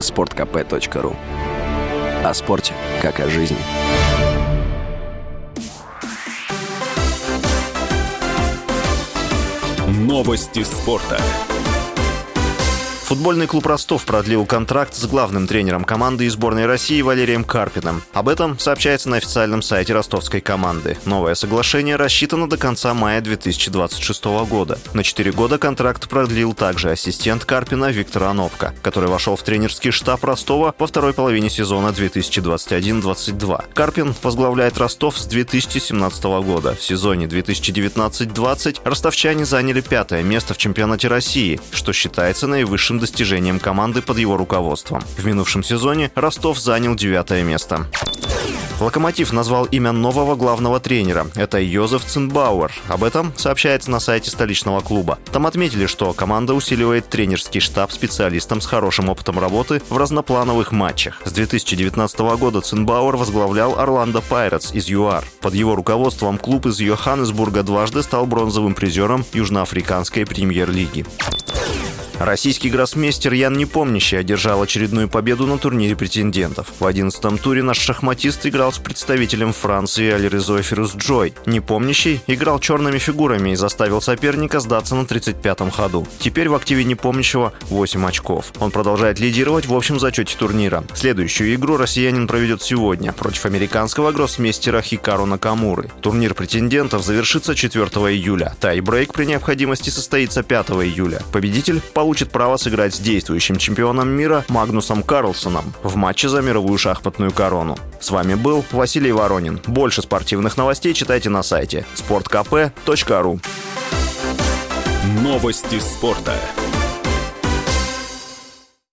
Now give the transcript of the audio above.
sportkp.ru. О спорте, как о жизни. Новости спорта. Футбольный клуб «Ростов» продлил контракт с главным тренером команды и сборной России Валерием Карпиным. Об этом сообщается на официальном сайте ростовской команды. Новое соглашение рассчитано до конца мая 2026 года. На 4 года контракт продлил также ассистент Карпина Виктор Ановка, который вошел в тренерский штаб Ростова во второй половине сезона 2021-22. Карпин возглавляет Ростов с 2017 года. В сезоне 2019-20 ростовчане заняли 5-е место в чемпионате России, что считается наивысшим достижением команды под его руководством. В минувшем сезоне Ростов занял 9-е место. «Локомотив» назвал имя нового главного тренера. Это Йозеф Цинбауэр. Об этом сообщается на сайте столичного клуба. Там отметили, что команда усиливает тренерский штаб специалистом с хорошим опытом работы в разноплановых матчах. С 2019 года Цинбауэр возглавлял Орландо Пайретс из ЮАР. Под его руководством клуб из Йоханнесбурга дважды стал бронзовым призером Южноафриканской премьер-лиги. Российский гроссмейстер Ян Непомнящий одержал очередную победу на турнире претендентов. В 11-м туре наш шахматист играл с представителем Франции Алирезой Фирус-Джой. Непомнящий играл черными фигурами и заставил соперника сдаться на 35-м ходу. Теперь в активе Непомнящего 8 очков. Он продолжает лидировать в общем зачете турнира. Следующую игру россиянин проведет сегодня против американского гроссмейстера Хикару Накамуры. Турнир претендентов завершится 4 июля. Тай-брейк при необходимости состоится 5 июля. Победитель получит право сыграть с действующим чемпионом мира Магнусом Карлсоном в матче за мировую шахматную корону. С вами был Василий Воронин. Больше спортивных новостей читайте на сайте sportkp.ru. Новости спорта.